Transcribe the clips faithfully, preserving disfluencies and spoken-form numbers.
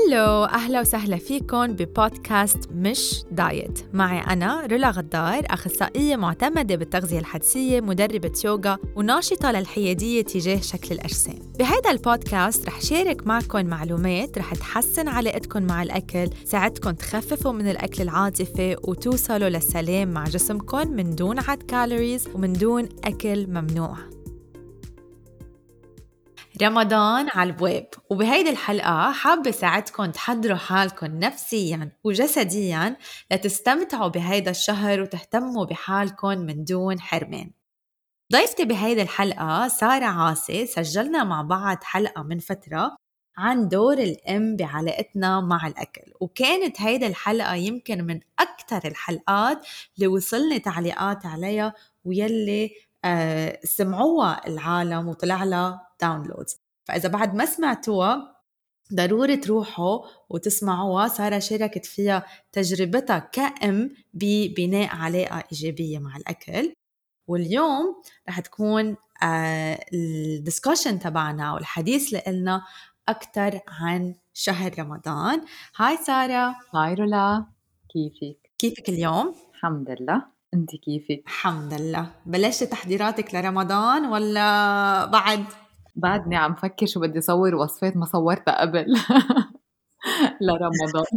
هلو، أهلا وسهلا فيكم ببودكاست مش دايت. معي أنا رولا غدار، أخصائية معتمدة بالتغذية الحدسية، مدربة يوغا وناشطة للحيادية تجاه شكل الأجسام. بهذا البودكاست رح شارك معكم معلومات رح تحسن علاقتكم مع الأكل، ساعدكم تخففوا من الأكل العاطفي وتوصلوا للسلام مع جسمكم من دون عد كالوريز ومن دون أكل ممنوع. رمضان على البواب، وبهيدي الحلقة حابة ساعدكم تحضروا حالكم نفسياً وجسدياً لتستمتعوا بهيدا الشهر وتهتموا بحالكم من دون حرمان. ضيفتي بهيدي الحلقة سارة عاصي، سجلنا مع بعض حلقة من فترة عن دور الأم بعلاقتنا مع الأكل، وكانت هيدي الحلقة يمكن من أكتر الحلقات اللي وصلني تعليقات عليها ويلي آه سمعوها العالم وطلع لها داونلودز. فإذا بعد ما سمعتوها ضروري تروحوا وتسمعوها. سارة شاركت فيها تجربتها كأم ببناء علاقة إيجابية مع الأكل، واليوم رح تكون آه الدسكشن تبعنا والحديث لنا أكتر عن شهر رمضان. هاي سارة. هاي رولا، كيفك؟ كيفك اليوم؟ الحمد لله، انت كيفك؟ الحمد لله. بلشت تحضيراتك لرمضان ولا بعد؟ بعدني عم فكر شو بدي صور وصفات ما صورتها قبل لرمضان.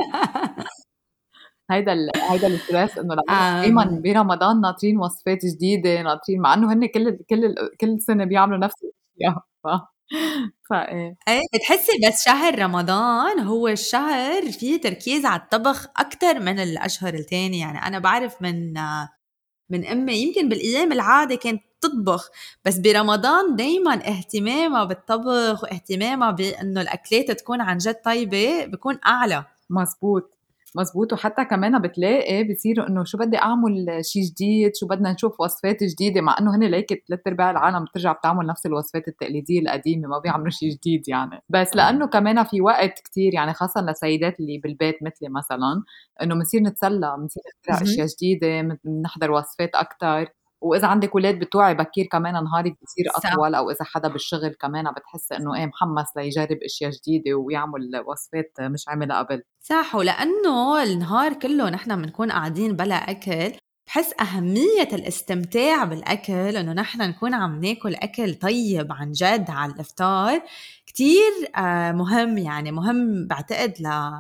هيدا ال... هيدا الستريس انه دائما برمضان ناطرين وصفات جديده، ناطرين مع انه هن كل كل كل سنه بيعملوا نفس الاشياء. ف فايه ايه بتحسي بس شهر رمضان هو الشهر فيه تركيز على الطبخ اكتر من الاشهر التانية. يعني انا بعرف من من امي يمكن بالايام العاده كانت تطبخ، بس برمضان دايما اهتمامها بالطبخ واهتمامها بانه الاكلات تكون عن جد طيبه بيكون اعلى. مزبوط مزبوط. وحتى كمان بتلاقي بصير انه شو بدي اعمل شيء جديد، شو بدنا نشوف وصفات جديده، مع انه هن ليك ثلاث ارباع العالم بترجع بتعمل نفس الوصفات التقليديه القديمه، ما بيعملوا شيء جديد يعني. بس لانه كمان في وقت كتير، يعني خاصه للسيدات اللي بالبيت مثلي مثلا، انه بنصير نتسلى، بنصير نخترع اشياء جديده، بنحضر وصفات اكتر. واذا عندك اولاد بتوعي بكير كمان نهارك بصير اطول، او اذا حدا بالشغل كمان بتحس انه ايه محمس ليجرب اشياء جديده ويعمل وصفات مش عملها قبل. صح، ولانه النهار كله نحن بنكون قاعدين بلا اكل، بحس اهميه الاستمتاع بالاكل، انه نحن نكون عم ناكل اكل طيب عن جد على الافطار كتير مهم. يعني مهم بعتقد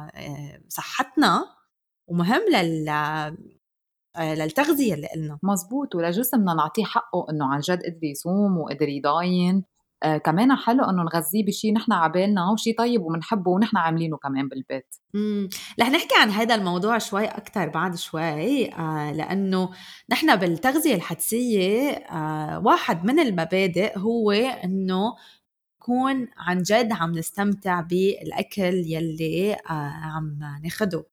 لصحتنا ومهم لل للتغذية اللي قلنا. مزبوط. ولجسمنا نعطيه حقه انه عن جد قدر يصوم وقدر يضاين. آه كمان حلو انه نغذيه بشي نحن عبالنا وشي طيب ومنحبه ونحن عاملينه كمان بالبيت. امم رح نحكي عن هذا الموضوع شوي أكتر بعد شوي، آه لأنه نحن بالتغذية الحدسية آه واحد من المبادئ هو إنه نكون عن جد عم نستمتع بالأكل يلي آه عم ناخده.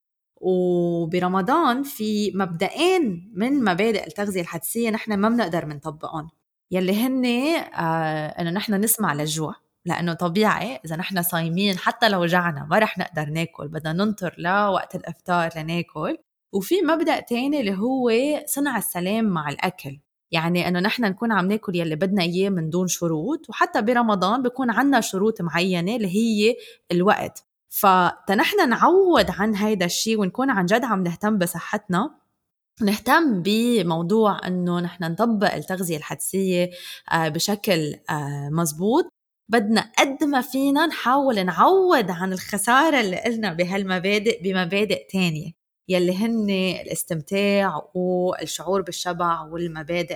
وبرمضان في مبدئين من مبادئ التغذية الحدسية نحن ما بنقدر منطبقهم، يلي هن آه إنه نحن نسمع للجوع، لأنه طبيعي إذا نحن صايمين حتى لو جعنا ما رح نقدر ناكل، بدنا ننطر لوقت الإفطار لناكل. وفي مبدأ تاني اللي هو صنع السلام مع الأكل، يعني إنه نحن نكون عم ناكل يلي بدنا إياه من دون شروط. وحتى برمضان بيكون عنا شروط معينة اللي هي الوقت. فتنحن نعود عن هيدا الشيء ونكون عن جد عم نهتم بصحتنا، نهتم بموضوع أنه نحن نطبق التغذية الحدسية بشكل مزبوط. بدنا قد ما فينا نحاول نعود عن الخسارة اللي قلنا بهالمبادئ بمبادئ تانية يلي هن الاستمتاع والشعور بالشبع والمبادئ.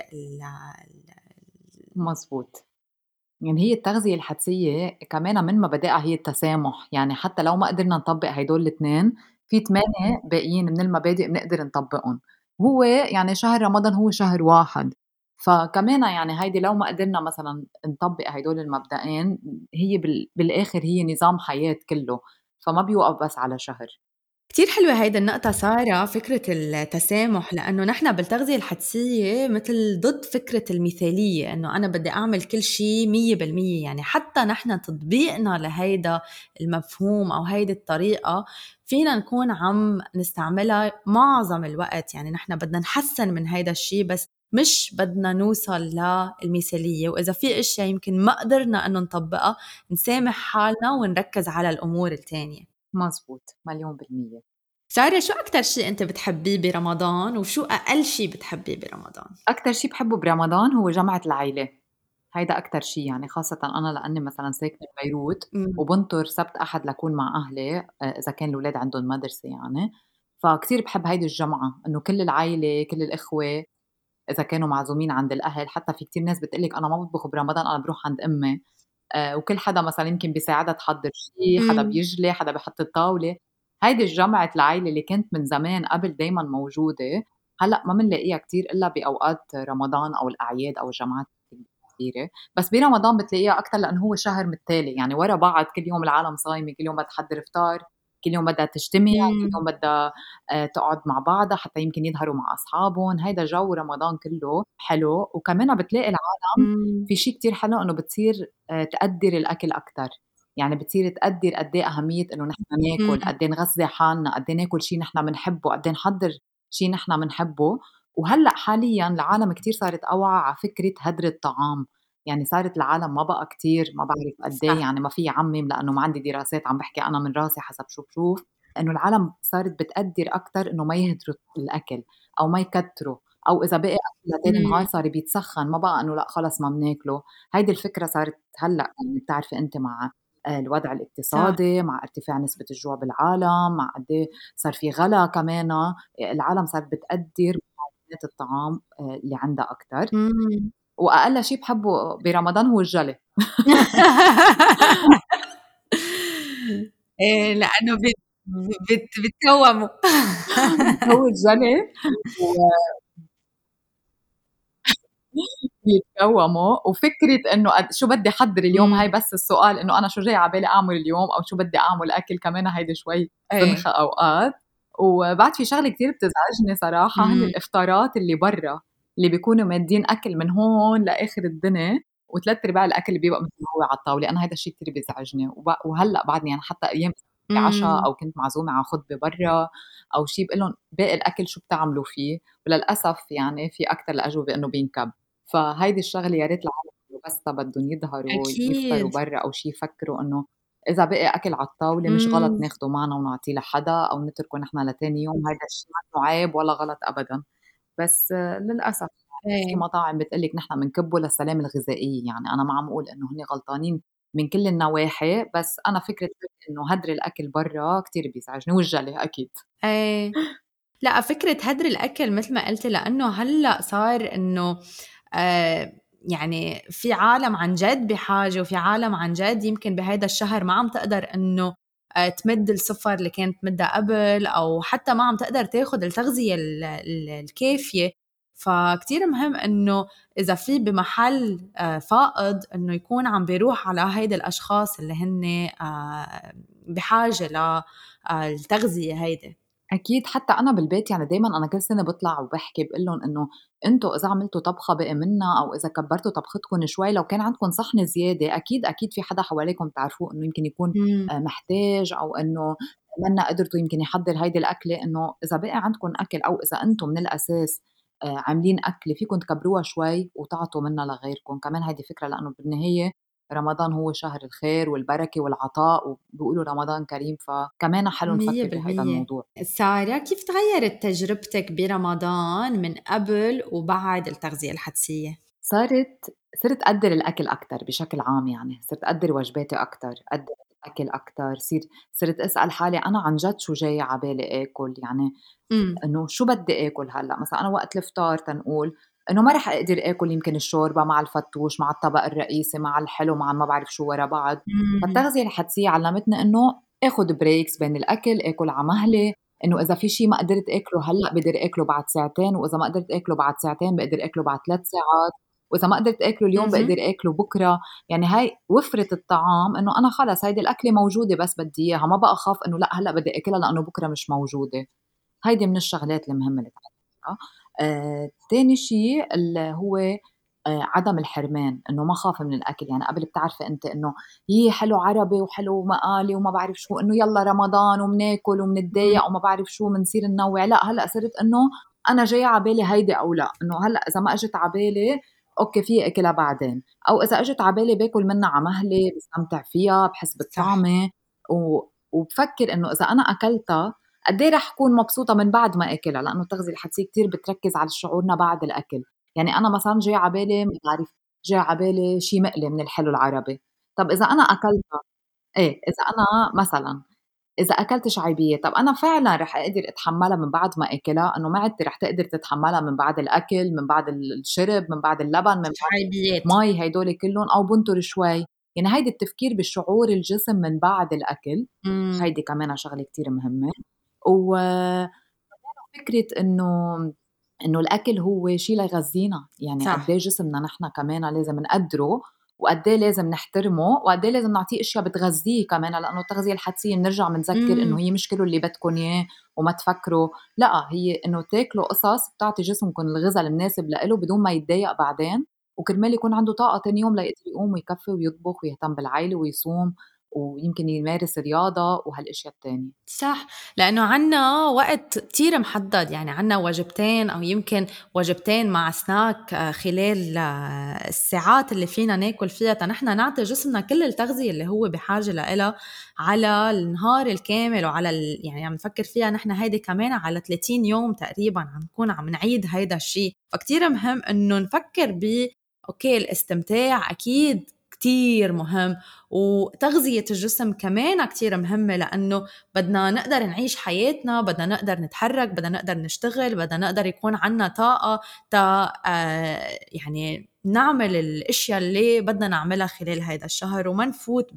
مزبوط. يعني هي التغذية الحدسية كمان من مبادئها هي التسامح، يعني حتى لو ما قدرنا نطبق هيدول الاثنين في ثمانية باقيين من المبادئ بنقدر نطبقهم. وهو يعني شهر رمضان هو شهر واحد، فكمان يعني هيدي لو ما قدرنا مثلا نطبق هيدول المبدئين، هي بالآخر هي نظام حياة كله، فما بيوقف بس على شهر. كتير حلوة هيدا النقطة سارة، فكرة التسامح، لأنه نحن بالتغذية الحدسية مثل ضد فكرة المثالية، أنه أنا بدي أعمل كل شيء مية بالمية. يعني حتى نحن تطبيقنا لهيدا المفهوم أو هيدا الطريقة فينا نكون عم نستعملها معظم الوقت. يعني نحن بدنا نحسن من هيدا الشيء بس مش بدنا نوصل للمثالية. وإذا في أشياء يمكن ما قدرنا أنه نطبقها، نسامح حالنا ونركز على الأمور التانية. مزبوط مليون بالمية. سارة، شو أكتر شي أنت بتحبيه برمضان وشو أقل شي بتحبيه برمضان؟ أكتر شي بحبه برمضان هو جمعة العيلة، هيدا أكتر شي يعني، خاصةً أنا لأني مثلًا ساكنة ببيروت إمم. وبنطر سبت أحد لأكون مع أهلي آآ إذا كان الولاد عندهم مدرسة يعني، فكتير باحب هيدي الجمعة إنه كل العيلة كل الإخوة إذا كانوا معزومين عند الأهل، حتى في كتير ناس بتقول لِك أنا ما باطبخ برمضان أنا باروح عند أمي. آآ وكل حدا مثلًا يمكن بيساعدها تحضّر شي، حدا إمم. بيجلي، حدا بيحط الطاولة. هيدي الجمعة العيلة اللي كانت من زمان قبل دايمًا موجودة، هلأ ما منلاقيها كتير إلا بأوقات رمضان أو الأعياد أو الجمعات الكبيرة، بس برمضان بتلاقيها أكتر لإنه هو شهر متتالي، يعني ورا بعض كل يوم العالم صايمة، كل يوم بدها تحضّر إفطار، كل يوم بدها تجتمع، كل إمم. يوم بدها آآ تقعد مع بعضها حتى يمكن يظهروا مع أصحابهم. هيدا جو رمضان كلّه حلو، وكمان بتلاقي العالم إمم. في شي كتير حلو إنه بتصير آآ تقدّر الأكل أكتر، يعني بتصير تقدّر قد إيه أهمية إنه نحن إمم. ناكل، قد إيه نغذّي حالنا، قد إيه ناكل شي نحن منحبّه، قد إيه نحضّر شي نحن منحبّه. وهلأ حاليًا العالم كتير صارت أوعى على فكرة هدر الطعام، يعني صارت العالم ما بقى كتير ما بعرف قد إيه، صح. يعني ما فيي أعمّم لإنه ما عندي دراسات عم باحكي أنا من راسي حسب شو باشوف، إنه العالم صارت بتقدّر أكتر إنه ما يهدروا الأكل أو ما يكتروا، أو إذا بقي أكل لتاني نهار إمم. صار بيتسخّن ما بقى إنه لأ خلص ما بناكله. هيدي الفكرة صارت هلأ يعني بتعرفي أنتِ مع آآ الوضع صح. الاقتصادي، مع ارتفاع نسبة الجوع بالعالم، مع قد إيه صار في غلا كمان، آآ العالم صارت بتقدّر مكونات الطعام آآ اللي عندها أكتر. إمم. وأقل شي باحبه برمضان هو الجَلي. إيه، لإنه بت بت بتكوّموا. هو الجَلي و بيتكوّموا، وفكرة إنه قد شو بدي أحضّر اليوم هاي إمم. بس السؤال إنه أنا شو جاي على بالي أعمل اليوم أو شو بدي أعمل أكل كمان هيدي شوي إيه. سنخة أوقات. وبعد في شغلة كتير بتزعجني صراحة هن إمم. الإفطارات اللي برّا، اللي بيكونوا مادين أكل من هون لآخر الدنيا وتلات أرباع الأكل بيبقى متل ما هو على الطاولة. أنا هيدا الشي كتير بيزعجني وب وهلأ بعدني يعني حتى أيام في عشا إمم. أو كنت معزومة على خطبة برّا أو شي باقول لهم باقي الأكل شو بتعملوا فيه؟ وللأسف يعني في أكتر الأجوبة إنه بينكب. فهيدي الشغلة يا ريت العالم بس بدّن يظهروا يفطروا أكيد. برّا أو شي يفكروا إنه إذا بقي أكل على الطاولة مش غلط إمم. ناخده معنا ونعطيه لحدا أو نتركه نحن لتاني يوم، هيدا الشي منّه عيب ولا غلط أبدًا. بس آه، للأسف يعني في إيه. مطاعم بتقول لِك نحن منكبّه للسلامة الغذائية، يعني أنا ما عم أقول إنه هن غلطانين من كل النواحي، بس أنا فكرة إنه هدر الأكل برّا كتير بيزعجني والجَلي أكيد. إيه. لأ، فكرة هدر الأكل متل ما قُلتِ لإنه هلأ صار إنه آآ يعني في عالم عن جد بحاجة، وفي عالم عن جد يمكن بهيدا الشهر ما عم تقدر إنه آآ تمِد السفر اللي كانت تمدّها قبل، أو حتى ما عم تقدر تاخُد التغذية ال ال الكافية. فكتير مهم إنه إذا في بمحل آآ فائض إنه يكون عم بيروح على هيدا الأشخاص اللي هن آآ بحاجة ل آآ التغذية هيدي. أكيد حتى أنا بالبيت يعني دايمًا أنا كل سنة باطلع وباحكي باقول لهم إنه أنتم إذا عملتوا طبخة بقي منّا أو إذا كبّرتوا طبختكم شوي لو كان عندكم صحن زيادة أكيد، أكيد في حدا حواليكم بتعرفوه إنه يمكن يكون إمم. آآ محتاج أو إنه مَنّا قدرتوا يمكن يحضّر هيدي الأكلة، إنه إذا بقي عندكم أكل أو إذا أنتم من الأساس آآ عاملين أكلة فيكم تكبروها شوي وتعطوا منّا لغيركم. كمان هيدي فكرة لإنه بالنهاية رمضان هو شهر الخير والبركة والعطاء وبيقولوا رمضان كريم، فكمان حلو نفكّر بهيدا مية بالمية. الموضوع. سارة، كيف تغيّرت تجربتك برمضان من قبل وبعد التغذية الحدسية؟ صارت صرت أقدّر الأكل أكتر بشكل عام يعني، صرت أقدّر وجباتي أكتر، أقدّر الأكل أكتر، صير صرت أسأل حالي أنا عن جد شو جاي على بالي آكل، يعني إمم. إنه شو بدّي آكل هلّأ. مثلًا أنا وقت الفطار تنقول إنه ما رح أقدر آكل يمكن الشوربة مع الفتوش، مع الطبق الرئيسي، مع الحلو، مع ما بعرف شو ورا بعض. إمم. فالتغذية الحدسية علّمتني إنه آخُد breaks بين الأكل، آكل على مهلي، إنه إذا في شي ما قدرت آكله هلّأ باقدر آكله بعد ساعتين، وإذا ما قدرت آكله بعد ساعتين باقدر آكله بعد ثلاث ساعات، وإذا ما قدرت آكله اليوم اهم. باقدر آكله بُكرة. يعني هاي وفرة الطعام إنه أنا خلص هيدي الأكلة موجودة بس بدّي إياها، ما بقى أخاف إنه لأ هلّأ بدي آكلها لإنه بُكرة مش موجودة. هيدي من الشغلات المهمة اللي اتعلمتها. آآ تاني شي ال هو آآ عدم الحرمان، إنه ما خاف من الأكل، يعني قبل بتعرفي أنتِ إنه يي حلو عربي وحلو مقالي وما بعرف شو، إنه يالّا رمضان ومناكل إمم. ومنتضايق وما بعرف شو منصير ننوّع. لأ هلأ صرت إنه أنا جاية على بالي هيدي أو لأ، إنه هلأ إذا ما إجت على بالي أوكي فيي آكلها بعدين، أو إذا إجت على بالي باكل منّا على مهلي باستمتع فيها، باحس صح. بالطعمة و وبفكر إنه إذا أنا أكلتها قد إيه رح أكون مبسوطة من بعد ما أكلها، لأنه التغذية الحدسية كتير بتركز على شعورنا بعد الأكل. يعني أنا مثلًا جاي على بالي ما بعرف جاي على بالي شي مقلي من الحلو العربي، طَب إذا أنا أكلتها إيه، إذا أنا مثلًا إذا أكلت شعيبية، طَب أنا فعلًا رح أقدر أتحمّلها من بعد ما آكلها، إنه معدتي رح تقدر تتحمّلها من بعد الأكل، من بعد ال الشرب، من بعد اللبن، من بعد شعيبيات. المي هيدول كلّن أو بنطر شوي. يعني هيدي التفكير بشعور الجسم من بعد الأكل، إمم. هيدي كمان شغلة كتير مهمة. و فكرة إنه إنه الأكل هو شي ليغذّينا، يعني قد صح. إيه جسمنا نحن كمان لازم نقدّره، وقد إيه لازم نحترمه، وقد إيه لازم نعطيه أشيا بتغذّيه كمان، لإنه التغذية الحدسية بنرجع بنذكّر إنه إمم. هي مش كلّه اللي بدكن إياه وما تفكروا، لأ هي إنه تاكلوا قصص بتعطي جسمكم الغذا المناسب لإله بدون ما يتضايق بعدين، وكرمال يكون عنده طاقة تاني يوم ليقدر يقوم ويكفّي ويطبخ ويهتم بالعيلة ويصوم ويمكن يمارس رياضة وهالأشيا التانية. صح، لإنه عنا وقت كتير محدد، يعني عنا وجبتين أو يمكن وجبتين مع سناك آه، خلال آه، الساعات اللي فينا ناكل فيها تنحن نعطي جسمنا كل التغذية اللي هو بحاجة لإلها على النهار الكامل وعلى ال... يعني عم نفكر فيها نحن هيدي كمان على ثلاثين يوم تقريبا عم نكون عم نعيد هيدا الشيء، فكتير مهم إنه نفكر ب أوكي الاستمتاع أكيد كتير مهم، وتغذية الجسم كمان كتير مهمة لأنه بدنا نقدر نعيش حياتنا، بدنا نقدر نتحرك، بدنا نقدر نشتغل، بدنا نقدر يكون عنا طاقة تا آه يعني نعمل الاشياء اللي بدنا نعملها خلال هيدا الشهر وما نفوت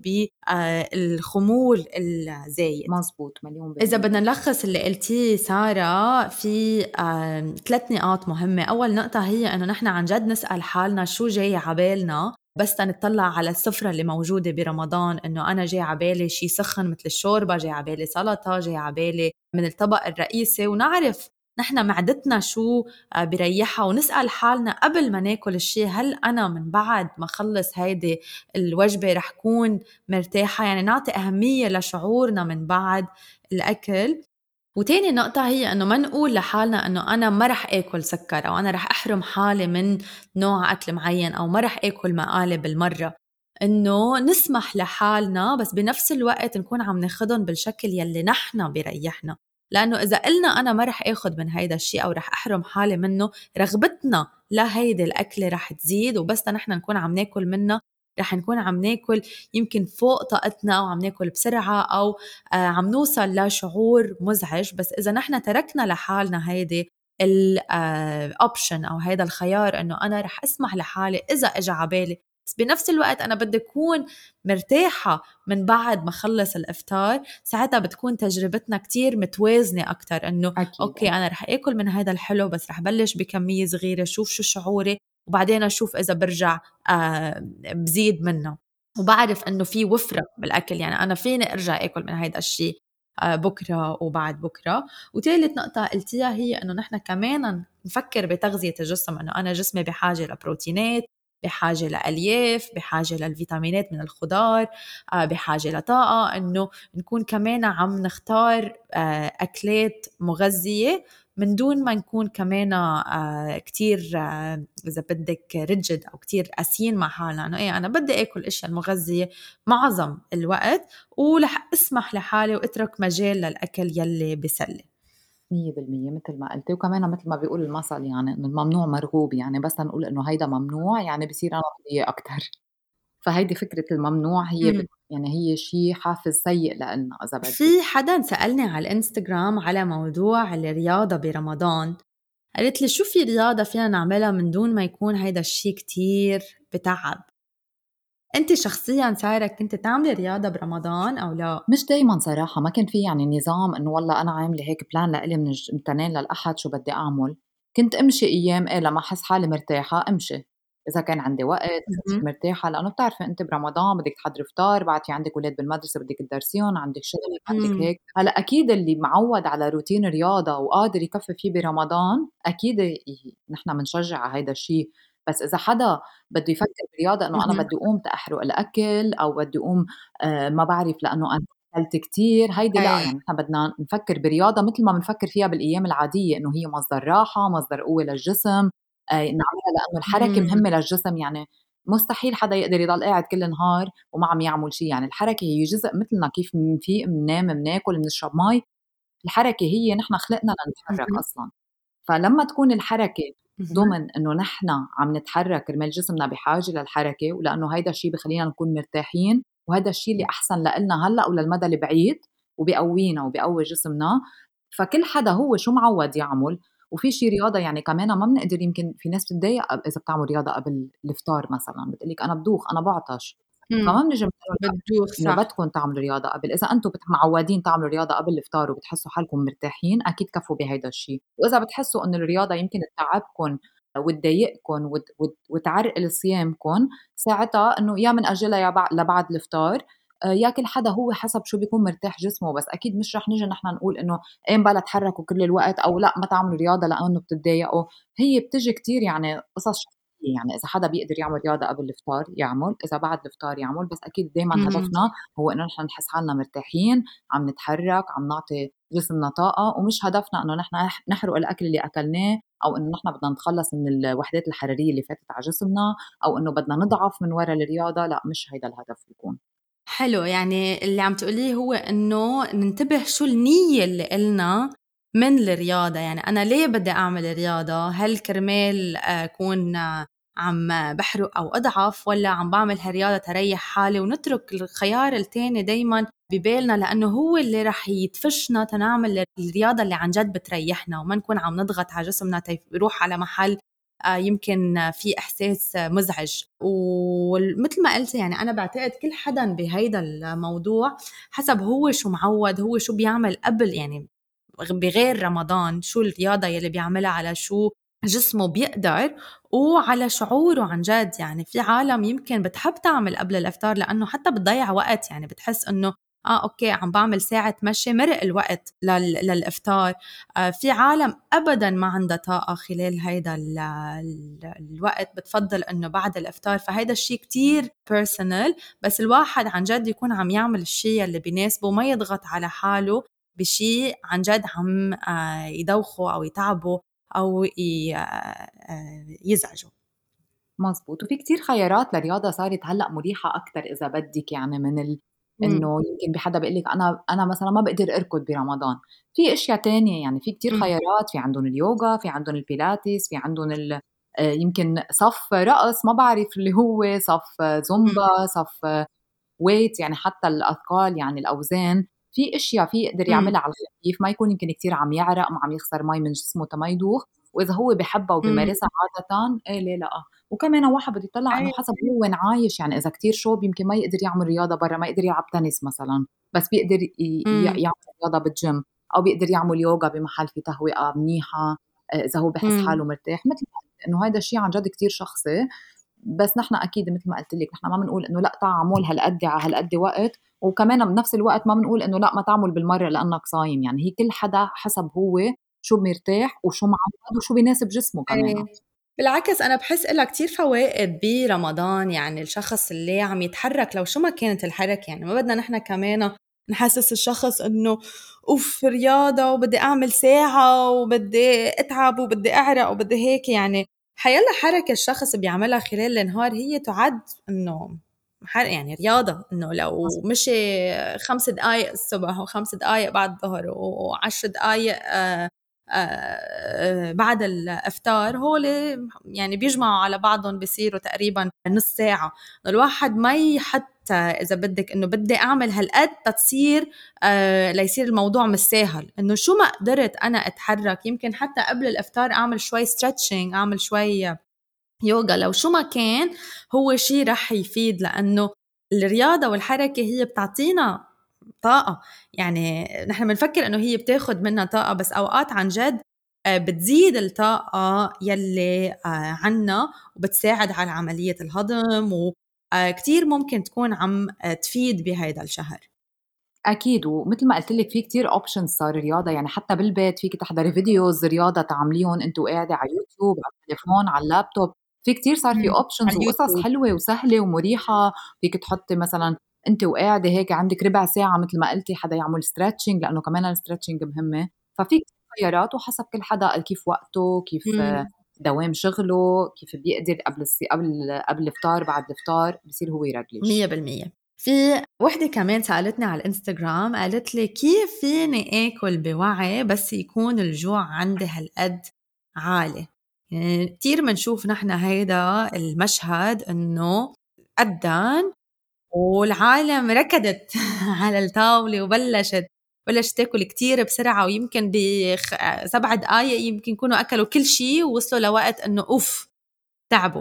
بالخمول الزايد. مزبوط، مليون إذا بالمِيّة. بدنا نلخص اللي قلتيه سارة في آه، ثلاث نقاط مهمة. أول نقطة هي أنه نحن عن جد نسأل حالنا شو جاي عبالنا بس تنطلع على السفرة اللي موجودة برمضان، إنه أنا جاي عبالي شي سخن مثل الشوربة، جاي عبالي سلطة، جاي عبالي من الطبق الرئيسي، ونعرف نحن معدتنا شو آه، بريحها، ونسأل حالنا قبل ما ناكل الشي هل أنا من بعد ما خلص هيدي الوجبة رح كون مرتاحة، يعني نعطي أهمية لشعورنا من بعد الأكل. وتاني نقطة هي أنه ما نقول لحالنا أنه أنا ما رح أكل سكر أو أنا رح أحرم حالي من نوع أكل معين أو ما رح أكل مقالب بالمرة، إنه نسمح لحالنا بس بنفس الوقت نكون عم ناخدهم بالشكل يلي نحنا بريحنا، لأنه إذا قلنا أنا ما رح أخد من هيدا الشيء أو رح أحرم حالي منه رغبتنا لهيدي الأكلة رح تزيد، وبس نحنا نكون عم ناكل منها رح نكون عم ناكل يمكن فوق طاقتنا أو عم ناكل بسرعة أو آه، عم نوصل لشعور مزعج. بس إذا نحن تركنا لحالنا هيدي الأوبشن أو هيدا الخيار إنه أنا رح أسمح لحالي إذا إجا عبالي بس بنفس الوقت أنا بدي أكون مرتاحة من بعد ما خلص الإفطار، ساعتها بتكون تجربتنا كتير متوازنة أكتر، إنه أكيد، أوكي أكيد. أنا رح أكل من هيدا الحلو بس رح بلش بكمية صغيرة شوف شو شعوري وبعدين أشوف إذا برجع آه بزيد منه، وبعرف إنه في وفرة بالأكل، يعني أنا فيني أرجع أكل من هيدا الشيء آه بكرة وبعد بكرة. وثالث نقطة قلتيها هي إنه نحن كمان نفكر بتغذية الجسم، إنه أنا جسمي بحاجة لبروتينات، بحاجة لألياف، بحاجة للفيتامينات من الخضار، آه بحاجة لطاقة، إنه نكون كمان عم نختار آه أكلات مغذية من دون ما نكون كمان آه كتير آه إذا بدك ريجيد أو كتير قاسيين مع حالنا، إنه إيه أنا بدي أكل الأشياء المغذية معظم الوقت ورح أسمح لحالي وأترك مجال للأكل يلي بيسلي. مية بالمية متل ما قلتِ، وكمان متل ما بيقول المثل يعني إنه الممنوع مرغوب، يعني بس نقول إنه هيدا ممنوع يعني بصير أنا بدي إياه أكتر. فهيدي فكرة الممنوع هي ب مم. يعني هي شي حافز سيء لإلنا إذا بدِّك. في حدا سألني على الانستغرام على موضوع الرياضة برمضان، قالت لي شو في رياضة فينا نعملها من دون ما يكون هيدا الشي كتير بتعب؟ انت شخصيا سارة كنت تعملي رياضة برمضان أو لا؟ مش دايمًا صراحة، ما كان في يعني نظام إنه والله أنا عاملة هيك plan لإلي من الج من التنين للأحد شو بدي أعمل. كنت أمشي أيام إيه لمّا أحس حالي مرتاحة أمشي، إذا كان عندي وقت، إذا كنت مهم. مرتاحة، لإنه بتعرفي أنتِ برمضان بدِك تحضري فطار، بعد في عندِك ولاد بالمدرسة بدِك تدرسيهم، عندِك شغلِك، عندِك مم. هيك. هلأ أكيد اللي معوّد على روتين رياضة وقادر يكفّي فيه برمضان أكيد ي نحن منشجّع على هيدا الشي، بس إذا حدا بده يفكّر برياضة إنه أنا مهم. بدي أقوم تا أحرق الأكل أو بدي أقوم آآ ما باعرف لإنه أنا أكلت كتير، هيدي لأ، أي. يعني نحن بدنا نفكّر برياضة متل ما بنفكّر فيها بالأيام العادية، إنه هي مصدر راحة، مصدر قوة للجسم، آآ نعملها لإنه الحركة مم. مهمة للجسم، يعني مستحيل حدا يقدر يضل قاعد كل النهار وما عم يعمل شيء. يعني الحركة هي جزء مثلنا، كيف منفيق مننام مناكل منشرب مي، الحركة هي نحن خلقنا لنتحرك اهم، أصلا. فلما تكون الحركة اهم، ضمن إنه نحن عم نتحرك كرمال جسمنا بحاجة للحركة، ولأنه هيدا الشيء بخلينا نكون مرتاحين، وهذا الشيء اللي أحسن لإلنا هلأ وللمدى البعيد، وبيقوينا وبيقوي جسمنا. فكل حدا هو شو معود يعمل. وفي شي رياضة يعني كمان ما بنقدر، يمكن في ناس بتتضايق إذا بتعمل رياضة قبل الفطار مثلا، بتقلك أنا بدوخ أنا بعطش، إمم، فما بنجي بنقول بتدوخ إنه صح، بدكم تعملوا رياضة قبل. إذا أنتم بت معوّدين تعملوا رياضة قبل الفطار وبتحسّوا حالكم مرتاحين، أكيد كفّوا بهيدا الشي. وإذا بتحسّوا إنه الرياضة يمكن تتعبكم وتضايقكم وت وت وتعرقل صيامكم، ساعتها إنه يا منأجّلها يا بع لبعد الفطار. آآ يا كل حدا هو حسب شو بيكون مرتاح جسمه. بس أكيد مش رح نيجي نحن نقول إنه إيه مبلا تحرّكوا كل الوقت، أو لأ ما تعملوا رياضة لإنه بتتضايقوا. هي بتيجي كتير يعني قصص شخصية. يعني إذا حدا بيقدر يعمل رياضة قبل الفطار يعمل، إذا بعد الفطار يعمل. بس أكيد دايمًا إمم. هدفنا هو إنه نحن نحس حالنا مرتاحين، عم نتحرّك، عم نعطي جسمنا طاقة، ومش هدفنا إنه نحن نح نحرق الأكل اللي أكلناه، أو إنه نحن بدنا نتخلّص من الوحدات الحرارية اللي فاتت على جسمنا، أو إنه بدنا نضعف من ورا الرياضة. لأ مش هيدا الهدف بيكون. حلو، يعني اللي عم تقوليه هو إنه ننتبه شو النيّة اللي إلنا من الرياضة. يعني أنا ليه بدي أعمل رياضة؟ هل كرمال أكون عم باحرق أو أضعف، والّا عم باعمل هالرياضة تريّح حالي؟ ونترك الخيار التاني دايمًا ببالنا، لإنه هو اللي رح يدفشنا تنعمل الرياضة اللي عن جد بتريحنا، وما نكون عم نضغط على جسمنا تا يروح على محل آآ يمكن في إحساس مُزعج. ومتل ما قُلتِ يعني أنا باعتقد كل حدًا بهيدا الموضوع حسب هو شو معوّد، هو شو بيعمل قبل، يعني غ بغير رمضان شو الرياضة يلّي بيعملها، على شو جسمه بيقدر، وعلى شعوره عن جد. يعني في عالم يمكن بتحب تعمل قبل الإفطار لإنه حتى بتضيّع وقت، يعني بتحس إنه آه أوكي عم باعمل ساعة مشي مرق الوقت لل للإفطار. آآ في عالم أبدًا ما عندها طاقة خلال هيدا ال ال الوقت، بتفضّل إنه بعد الإفطار. فهيدا الشي كتير personal، بس الواحد عن جد يكون عم يعمل الشي يلّي بيناسبه، وما يضغط على حاله بشي عن جد عم آآ يدوخه أو يتعبه أو ي آآ يزعجه. مضبوط. وفي كتير خيارات لرياضة صارت هلأ مريحة أكتر إذا بدِّك، يعني من ال إمم، إنه يمكن في حدا بيقول لِك أنا أنا مثلًا ما باقدر أركض برمضان، في أشيا تانية. يعني في كتير إمم، خيارات، في عندهم اليوجا، في عندهم البيلاتيس، في عندهم ال آآ يمكن صف رقص ما باعرف اللي هو صف إمم، زومبا، صف weight يعني حتى الأثقال يعني الأوزان. في أشيا في يقدر إمم، يعملها على الخفيف، ما يكون يمكن كتير عم يعرق، ما عم يخسر مي من جسمه تا يدوخ. وإذا هو بيحبها إمم، وبيمارسها عادةً، إيه ليه لأ. وكمان واحد بده يطلّع إنه أيوه، حسب هو وين عايش. يعني إذا كتير شوب يمكن ما يقدر يعمل رياضة برّا، ما يقدر يلعب تنس مثلًا، بس بيقدر ي ي إمم، يعمل رياضة بالgym، أو بيقدر يعمل يوجا بمحل فيه تهوية منيحة. آآ إذا هو بحس إمم، حاله مرتاح، متل ما قُلت إنه هيدا الشي عن جد كتير شخصي. بس نحن أكيد متل ما قُلت لِك نحن ما بنقول إنه لأ تعا اعمل هالقد على هالقد وقت، وكمان بنفس الوقت ما بنقول إنه لأ ما تعمل بالمرّة لإنّك صايم. يعني هي كل حدا حسب هو شو مرتاح وشو معوّد وشو بيناسب جسمه كمان. إيه. بالعكس أنا باحس إلها كتير فوائد برمضان، يعني الشخص اللي عم يتحرك لو شو ما كانت الحركة، يعني ما بدنا نحن كمان نحسس الشخص إنه أوف رياضة وبدي أعمل ساعة وبدي أتعب وبدي أعرق وبدي هيك. يعني حيلا حركة الشخص بيعملها خلال النهار هي تعد إنه حر يعني رياضة، إنه لو مشي خمس دقايق الصبح وخمس دقايق بعد الظهر وعشر دقايق آآ آآ بعد الإفطار، هول يعني بيجمعوا على بعضهم بيصيروا تقريبًا نُص ساعة. الواحد ما يحط إذا بدِّك إنه بدي أعمل هالقد تتصير آآ ليصير الموضوع مش ساهل، إنه شو ما قدرت أنا أتحرك يمكن حتى قبل الإفطار أعمل شوي stretching، أعمل شوي يوجا، لو شو ما كان هو شي رح يفيد، لأنه الرياضة والحركة هي بتعطينا طاقة. يعني نحن بنفكر إنه هي بتاخد منا طاقة، بس أوقات عن جد آآ بتزيد الطاقة يلّي آآ عنا، وبتساعد على عملية الهضم، و آآ كتير ممكن تكون عم آه، تفيد بهيدا الشهر. أكيد. ومتل ما قُلت لِك في كتير options صار رياضة. يعني حتى بالبيت فيكِ تحضري فيديوز رياضة تعمليهم أنتِ وقاعدة على يوتيوب، على التليفون، على اللابتوب. في كتير صار في إمم، على options وقصص اليوتيوب. حلوة وسهلة ومريحة. فيكِ تحطّي مثلًا أنتِ وقاعدة هيك عندِك ربع ساعة متل ما قُلتِ حدا يعمل stretching، لإنه كمان الstretching مهمة. ففي كتير خيارات وحسب كل حدا كيف وقته، كيف إمم. دوام شغله، كيف بيقدر قبل السي... قبل قبل الفطار بعد الفطار بصير هو يرجلش. مية بالمية. في وحدة كمان سألتني على الانستغرام قالت لي كيف فيني آكل بوعي بس يكون الجوع عندي هالقد عالي. يعني كتير منشوف نحن هيدا المشهد إنه أدن والعالم ركضت على الطاولة وبلشت بلشت تاكل كتير بسرعة، ويمكن بسبع دقايق يمكن يكونوا أكلوا كل شيء ووصلوا لوقت إنه أوف تعبوا.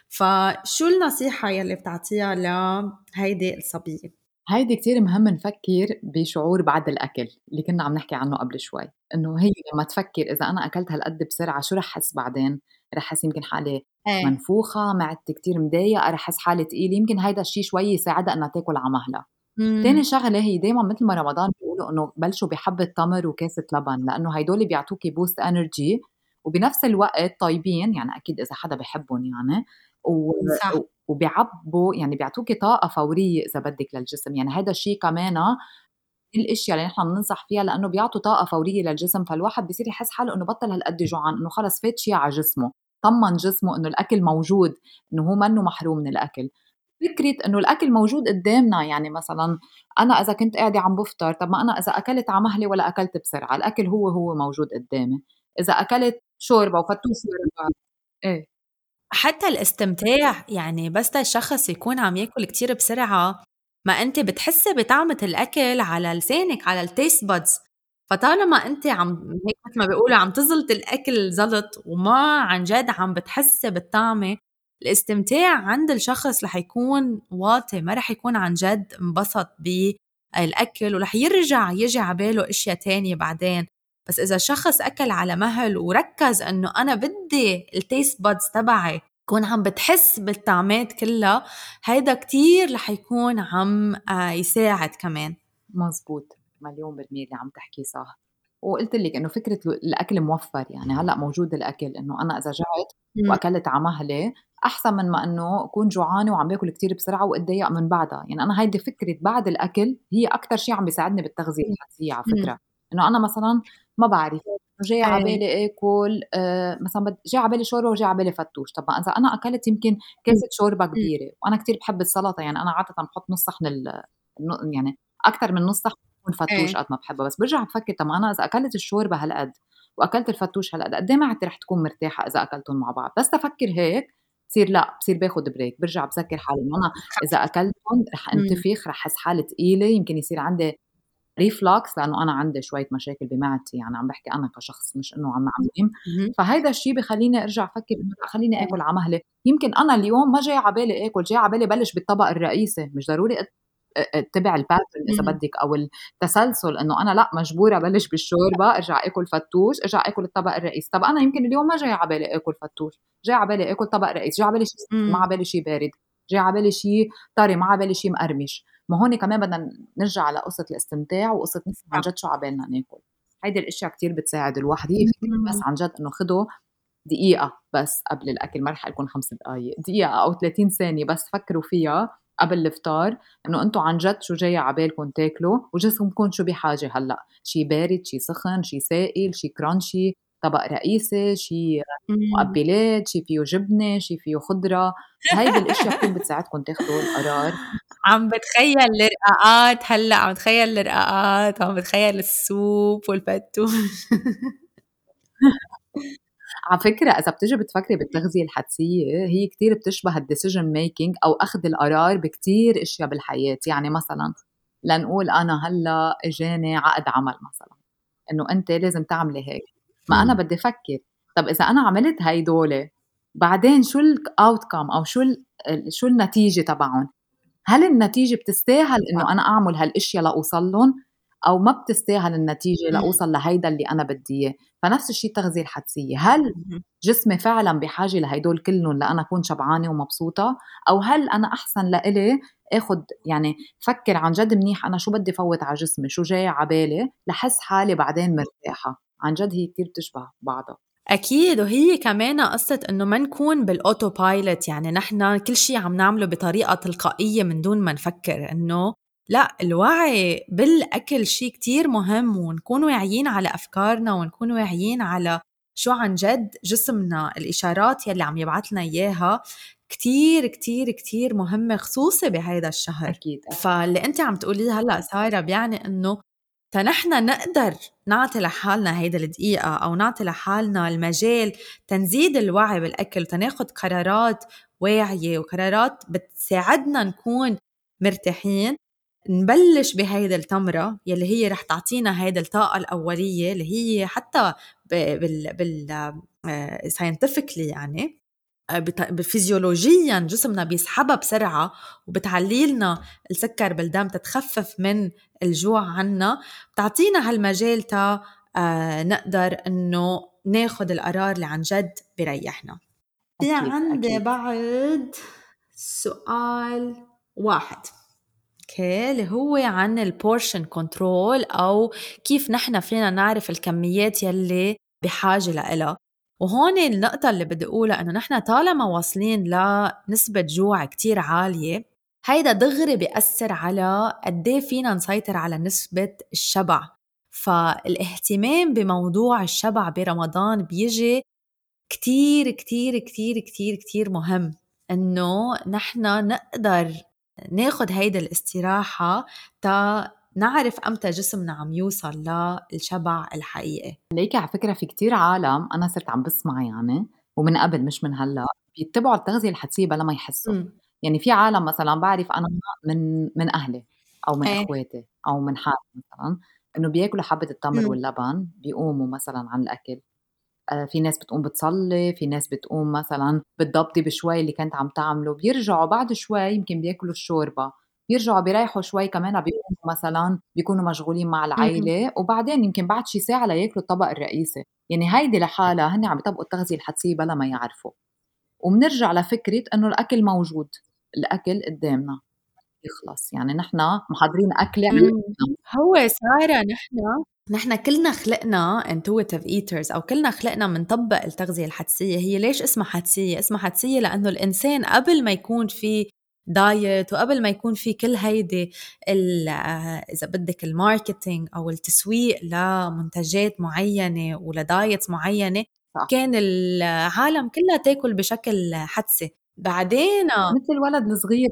فشو النصيحة يلي بتعطيها لهيدي الصبية؟ هيدي كتير مهم نفكر بشعور بعد الأكل اللي كنا عم نحكي عنه قبل شوي، إنه هي لما تفكر إذا أنا أكلت هالقد بسرعة شو رح حس بعدين؟ رح حس يمكن حالي ايه. منفوخة، معدتي كتير مضايقة، رح حس حالي تقيلة، يمكن هيدا الشي شوي يساعدها إنها تاكل على مهلها. تاني امم. شغلة هي دايمًا متل ما رمضان بيقولوا إنه بلشوا بحبّة تمر وكاسة لبن، لإنه هيدول بيعطوكِ boost energy وبنفس الوقت طيبين، يعني أكيد إذا حدا بيحبّن يعني، و صح. و وبيعبّوا يعني بيعطوكِ طاقة فورية إذا بدِّك للجسم، يعني هيدا الشي كمان من الأشياء اللي نحن بننصح فيها لإنه بيعطوا طاقة فورية للجسم، فالواحد بيصير يحس حاله إنه بطل هالقد جوعان، إنه خلص فات شي على جسمه، طمّن جسمه إنه الأكل موجود، إنه هو منّه محروم من الأكل. فكرة إنه الأكل موجود قدّامنا، يعني مثلًا أنا إذا كنت قاعدة عم بافطر، طَب ما أنا إذا أكلت على مهلي ولا أكلت بسرعة، الأكل هو، هو موجود قدّامي، إذا أكلت شوربة وفتوش ورا بعض إيه، حتى الاستمتاع، يعني بس الشخص يكون عم ياكل كتير بسرعة ما أنت بتحسي بطعمة الأكل على لسانك على التيست بادز. فطالما أنت عم هيك مثل ما بيقولوا عم تزلط الأكل زلط وما عن جد عم بتحسي بالطعمة، الاستمتاع عند الشخص رح يكون واطي، ما رح يكون عن جد انبسط بالأكل ورح يرجع يجي عباله أشياء تانية بعدين. بس إذا الشخص أكل على مهل وركز إنه أنا بدي التيست بادز تبعي كون عم بتحس بالطعمات كلها، هيدا كتير رح يكون عم آه، يساعد كمان. مضبوط، مليون بالمِيّة اللي عم تحكيه صح، وقُلت لِك إنه فكرة ال الأكل موفّر، يعني هلأ موجود الأكل، إنه أنا إذا جعت إمم. وأكلت على مهلي أحسن من ما إنه أكون جوعانة وعم باكل كتير بسرعة وأتضايق من بعدها، يعني أنا هيدي فكرة بعد الأكل هي أكتر شي عم بيساعدني بالتغذية إمم. الحسية على إمم. فكرة، إنه أنا مثلًا ما باعرف جاي على إيه. بالي آكل آآ مثلًا بد جاي على بالي شوربة وجاي على بالي فتوش، طَب ما إذا أنا أكلت يمكن إمم. كاسة شوربة إمم. كبيرة وأنا كتير باحب السلطة، يعني أنا عادةً باحط نُص صحن ال الن يعني أكتر من نُص صحن بيكون فتوش إيه. قد ما باحبها، بس بارجع بافكر طَب ما أنا إذا أكلت الشوربة هالقد وأكلت الفتوش هالقد، قد إيه معدتي رح تكون مرتاحة إذا أكلتهم مع بعض، بس تفكر هيك بصير لأ، بصير باخد بريك، بارجع باذكّر حالي إنه أنا إذا أكلتهم رح إمم. أنتفخ، رح أحس حالي تقيلة، يمكن يصير عندي reflux لإنه أنا عندي شوية مشاكل بمعدتي، يعني عم باحكي أنا كشخص مش إنه عم أعمم، اهم. فهيدا الشي بيخلّيني أرجع أفكر إنه لأ خلّيني إيه. آكل على مهلي، يمكن أنا اليوم ما جاي على بالي آكل، جاي على بالي بلّش بالطبق الرئيسي، مش ضروري أت أ أتّبع الpattern إذا إمم. بدِّك أو التسلسل، إنه أنا لأ مجبورة بلّش بالشوربة، أرجع آكل فتوش، أرجع آكل الطبق الرئيسي، طَب أنا يمكن اليوم ما جاي على بالي آكل فتوش، جاي على بالي آكل طبق رئيسي، جاي على بالي شي سخن ما إمم. على بالي شي بارد، جاي على بالي شي طري ما على بالي شي مقرمش، ما هون كمان بدنا نرجع على قصة الاستمتاع وقصة عن صح. جد شو عبالنا ناكل، هيدي الأشياء كتير بتساعد الواحد، هي فكرة بس إمم. عن جد إنه خدوا دقيقة بس قبل الأكل، ما رح أقول خمس دقايق، دقيقة أو ثلاثين ثانية بس فكّروا فيها قبل الفطار، إنه أنتم عن جد شو جاي على بالكم تاكلوا، وجسمكم شو بحاجة هلأ، شي بارد، شي سخن، شي سائل، شي crunchy، طبق رئيسي، شي إمم. مقبّلات، شي فيه جبنة، شي فيه خضرة، هيدي الأشياء كتير بتساعدكم تاخدوا القرار. عم باتخيّل الرقاقات هلّأ، عم باتخيّل الرقاقات وعم باتخيّل السوب والفتوش. على فكرة إذا بتيجي بتفكري بالتغذية الحدسية هي كتير بتشبه الdecision making أو أخذ القرار بكتير أشياء بالحياة، يعني مثلًا لنقول أنا هلّأ إجاني عقد عمل مثلًا، إنه أنتِ لازم تعملي هيك، ما أنا إمم. بدي أفكّر طَب إذا أنا عملت هيدول بعدين شو الoutcome أو شو ال ال شو النتيجة تبعهم؟ هل النتيجة بتستاهل صح. إنه أنا أعمل هالأشيا لأوصل لُن، أو ما بتستاهل النتيجة إمم. لأوصل لهيدا اللي أنا بدّي إياه؟ فنفس الشي التغذية الحدسية، هل اهم. جسمي فعلًا بحاجة لهيدول كلّن لأنا أكون شبعانة ومبسوطة، أو هل أنا أحسن لإلي آخُد يعني فكّر عن جد منيح أنا شو بدّي فوّت على جسمي، شو جاي على بالي، لحس حالي بعدين مرتاحة، عن جد هي كتير بتشبه بعضها. أكيد، وهي كمان قصة إنه ما نكون بالauto pilot، يعني نحن كل شي عم نعمله بطريقة تلقائية من دون ما نفكر، إنه لأ الوعي بالأكل شي كتير مهم، ونكون واعيين على أفكارنا ونكون واعيين على شو عن جد جسمنا، الإشارات يلي عم يبعث لنا إياها كتير كتير كتير مهمة، خصوصي بهيدا الشهر. أكيد. فاللي أنت عم تقوليه هلأ سارة بيعني إنه تنحن نقدر نعطي لحالنا هيدا الدقيقة أو نعطي لحالنا المجال تنزيد الوعي بالأكل وتناخد قرارات واعية وقرارات بتساعدنا نكون مرتاحين. نبلش بهيدا التمرة يلي هي رح تعطينا هيدا الطاقة الأولية اللي هي حتى بال بال scientifically يعني فيزيولوجيا جسمنا بيسحبها بسرعة وبتعليلنا السكر بالدم تتخفف من الجوع عنا، بتعطينا هالمجال تا نقدر انه ناخد القرار اللي عن جد بريحنا. في عندي بعد سؤال واحد اوكي اللي هو عن البورشن كنترول او كيف نحن فينا نعرف الكميات يلي بحاجة لها. وهون النقطة اللي بدي أقولها أنه نحن طالما واصلين لنسبة جوع كتير عالية، هيدا دغري بيأثر على قديه فينا نسيطر على نسبة الشبع. فالاهتمام بموضوع الشبع برمضان بيجي كتير كتير كتير كتير كتير مهم، أنه نحن نقدر ناخد هيدا الاستراحة تا نعرف أمتى جسمنا عم يوصل للشبع الحقيقي. ليكي على فكرة في كتير عالم أنا صرت عم بسمع يعني ومن قبل مش من هلأ بيتبعوا التغذية الحدسية بلا ما يحسوا. م. يعني في عالم مثلا بعرف أنا من من أهلي أو من ايه. إخواتي أو من حالي مثلا إنه بياكلوا حبة التمر م. واللبن بيقوموا مثلا عن الأكل. آه في ناس بتقوم بتصلي، في ناس بتقوم مثلا بتضبطي بشوي اللي كانت عم تعمله، بيرجعوا بعد شوي يمكن بياكلوا الشوربة، بيرجعوا بيريحوا شوي كمان بيقوموا مثلا بيكونوا مشغولين مع العائلة، وبعدين يمكن بعد شي ساعة لياكلوا الطبق الرئيسي. يعني هيدي لحالها هن عم يطبقوا التغذية الحدسية بلا ما يعرفوا. ومنرجع لفكرة أنه الأكل موجود، الأكل قدامنا يخلص، يعني نحن محضرين أكل على هو سارة نحن نحن كلنا خلقنا intuitive eaters أو كلنا خلقنا منطبق التغذية الحدسية. هي ليش اسمها حدسية؟ اسمها حدسية لأنه الإنسان قبل ما يكون في دايت وقبل ما يكون في كل هيدي إذا بدك الماركتينج أو التسويق لمنتجات معينة ولدايت معينة، صح. كان العالم كلها تاكل بشكل حدسي. بعدين مثل الولد الصغير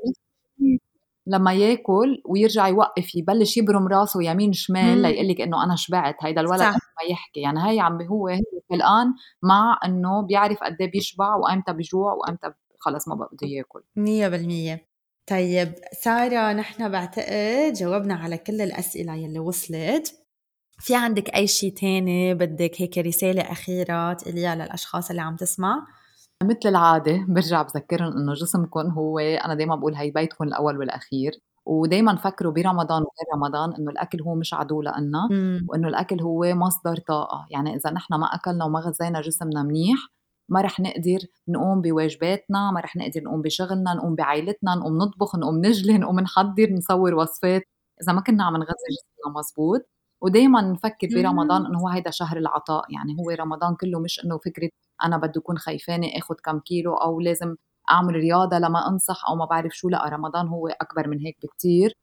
لما ياكل ويرجع يوقف يبلش يبرم راسه يمين شمال ليقلك انه انا شبعت، هيدا الولد ما يحكي. يعني هي عم هو هي الان مع انه بيعرف قد ايه بيشبع وامتى بيجوع وامتى خلص ما بقى بده ياكل. مية بالمية. طيب سارة نحن بعتقد جاوبنا على كل الأسئلة يلي وصلت. في عندك أي شيء تاني بدك هيك رسالة أخيرة تقوليها للأشخاص اللي عم تسمع؟ مثل العادة برجع بذكرهم إنه جسمكم هو، أنا دايما بقول هي بيتكم الأول والأخير، ودايما فكروا برمضان وغير رمضان إنه الأكل هو مش عدو لنا، وإنه الأكل هو مصدر طاقة. يعني إذا نحن ما أكلنا وما غذينا جسمنا منيح ما رح نقدر نقوم بواجباتنا، ما رح نقدر نقوم بشغلنا، نقوم بعائلتنا، نقوم نطبخ، نقوم نجلي، نقوم نحضر، نصور وصفات، إذا ما كنا عم نغذي جسمنا مزبوط. ودايما نفكر برمضان إنه هو هيدا شهر العطاء. يعني هو رمضان كله مش إنه فكرة أنا بدي أكون خايفانة أخد كم كيلو أو لازم أعمل رياضة لما أنصح أو ما بعرف شو. لا، رمضان هو أكبر من هيك بكتير،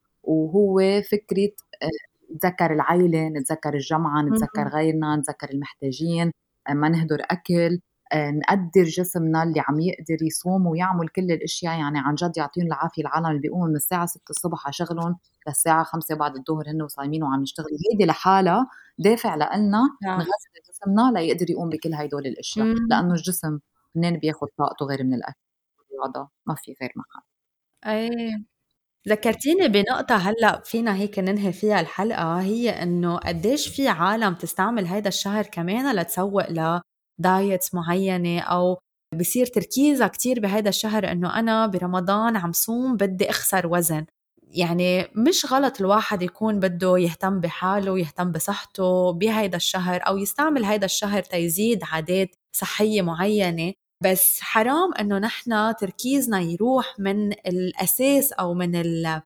وهو فكرة نتذكر العيلة، نتذكر الجمعة، نتذكر غيرنا، نتذكر المحتاجين، ما نهدر أكل، نقدر جسمنا اللي عم يقدر يصوم ويعمل كل الاشياء. يعني عن جد يعطيهم العافيه العالم اللي بيقوموا من الساعه ستة الصبح على شغلهم للساعه خمسة بعد الظهر هن وصايمين وعم يشتغلوا. هيدي لحالها دافع لنا نغذي جسمنا ليقدر يقوم بكل هيدول الاشياء، لانه الجسم منين بياخد طاقته غير من الاكل والرياضه؟ ما في غير محل. ايه ذكرتيني بنقطة هلأ فينا هيك ننهي فيها الحلقة، هي إنه قديش في عالم تستعمل هيدا الشهر كمان لتسوق لدايتس معينة، أو بصير تركيزها كتير بهيدا الشهر إنه أنا برمضان عم صوم بدي أخسر وزن. يعني مش غلط الواحد يكون بده يهتم بحاله ويهتم بصحته بهيدا الشهر أو يستعمل هيدا الشهر تيزيد عادات صحية معينة، بس حرام إنه نحن تركيزنا يروح من الأساس أو من ال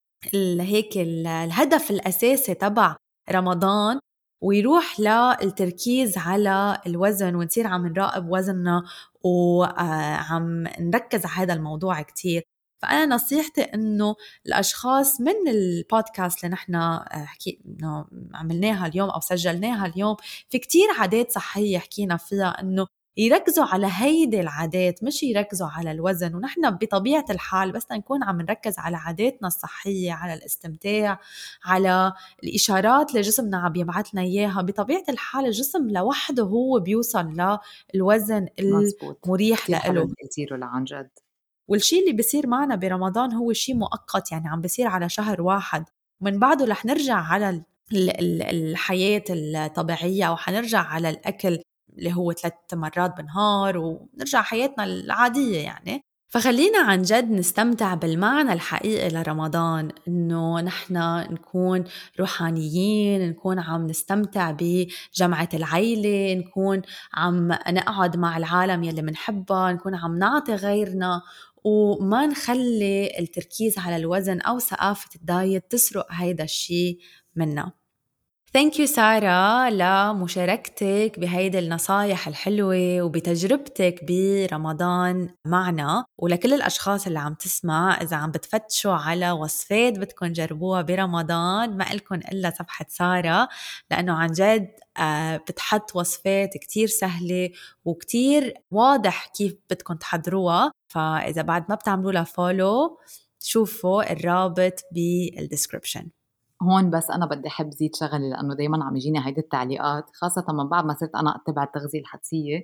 ال هيك ال الهدف الأساسي تبع رمضان ويروح للتركيز على الوزن ونصير عم نراقب وزننا وعم نركز على هذا الموضوع كتير. فأنا نصيحتي إنه الأشخاص من البودكاست اللي نحن حكي إنه عملناها اليوم أو سجلناها اليوم، في كتير عادات صحية حكينا فيها، إنه يركزوا على هيدي العادات مش يركزوا على الوزن. ونحن بطبيعة الحال بس نكون عم نركز على عاداتنا الصحية، على الاستمتاع، على الإشارات اللي جسمنا عم يبعث لنا إياها، بطبيعة الحال الجسم لوحده هو بيوصل للوزن مزبوط. المريح كتير حلو لإله. اللي قلتيله لعن جد. والشي اللي بيصير معنا برمضان هو شي مؤقت، يعني عم بيصير على شهر واحد، ومن بعده رح نرجع على ال- ال- الحياة الطبيعية، وحنرجع على الأكل اللي هو ثلاث مرات بالنهار، ونرجع حياتنا العادية يعني. فخلينا عن جد نستمتع بالمعنى الحقيقي لرمضان، إنه نحن نكون روحانيين، نكون عم نستمتع بجمعة العيلة، نكون عم نقعد مع العالم يلي منحبها، نكون عم نعطي غيرنا، وما نخلي التركيز على الوزن أو ثقافة الدايت تسرق هيدا الشي منا. Thank you سارة لمشاركتك بهيدي النصايح الحلوة وبتجربتك برمضان معنا. ولكل الأشخاص اللي عم تسمع، إذا عم بتفتشوا على وصفات بدكم جربوها برمضان، ما إلكن إلا صفحة سارة، لأنه عن جد بتحط وصفات كتير سهلة وكتير واضح كيف بدكم تحضروها. فإذا بعد ما بتعملوا لها فولو، شوفوا الرابط بالديسكريبشن. هون بس أنا بدي أحب زيد شغلة، لأنه دايماً عم يجيني هيدي التعليقات، خاصة من بعد ما صرت أنا أتبع التغذية الحدسية.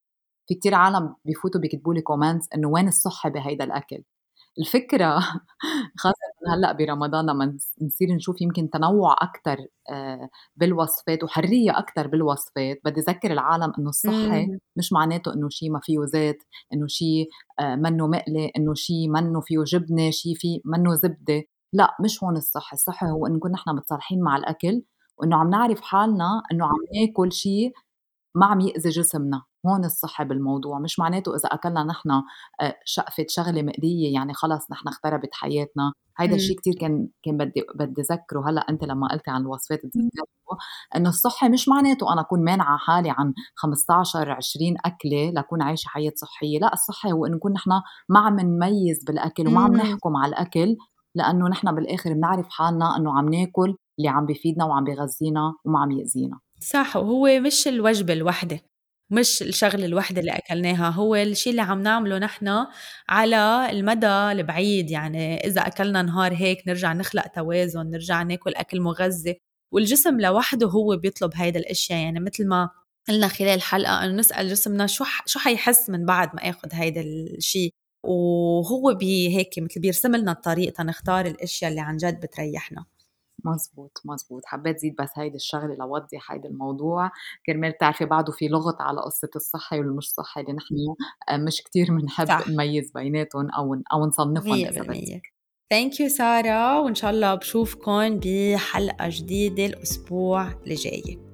في كتير عالم بيفوتوا بيكتبوا لي كومنتس إنه وين الصحة بهيدا الأكل. الفكرة خاصة هلأ برمضان لمّا نصير نشوف يمكن تنوُّع أكتر آآ بالوصفات وحرية أكتر بالوصفات، بدي أذكّر العالم إنه الصحّي مم. مش معناته إنه شي ما فيو زيت، إنه شي آآ منّه مقلي، إنه شي منّه فيو جبنة، شي في منّه زبدة. لأ، مش هون الصح. الصح هو إنه نكون نحن متصالحين مع الأكل، وإنه عم نعرف حالنا إنه عم ناكل شي ما عم يأذي جسمنا. هون الصح بالموضوع، مش معناته إذا أكلنا نحن آآ شقفة شغلة مقلية يعني خلص نحن اختربت حياتنا. هيدا الشي مم. كتير كان كان بدي بدي أذكّره هلأ أنتِ لمّا قلتِ عن الوصفات تذكّرته، إنه الصحّي مش معناته أنا أكون مانعة حالي عن خمستاشر عشرين أكلة لأكون عايشة حياة صحية. لأ، الصحّي هو إنه نكون نحن ما عم نميّز بالأكل وما عم مم. نحكم على الأكل، لإنه نحن بالآخر بنعرف حالنا إنه عم ناكل اللي عم بيفيدنا وعم بيغذّينا وما عم يأذينا. صح. وهو مش الوجبة الوحدة، مش الشغلة الوحدة اللي أكلناها، هو الشي اللي عم نعمله نحن على المدى البعيد. يعني إذا أكلنا نهار هيك نرجع نخلق توازن، نرجع ناكل أكل مغذي، والجسم لوحده هو بيطلب هيدا الأشياء. يعني مثل ما قلنا خلال الحلقة، أنه نسأل جسمنا شو ح... شو حيحس من بعد ما أخذ هيدا الشي، وهو بي هيك مثل بيرسم لنا الطريق تنختار الأشياء اللي عن جد بتريحنا. مزبوط، مزبوط. حبّيت زيد بس هيدي الشغلة لوضّح هيدا الموضوع، كرمال تعرفي بعده في لغط على قصّة الصحّي والمش صحّي اللي نحن آآ مش كتير منحب صح. نميّز بيناتن أو ن أو نصنّفن مية إذا بالمية. بدِّك. ثانك يو سارة، وإن شاء الله بشوفكن بحلقة جديدة الأسبوع اللي جاي.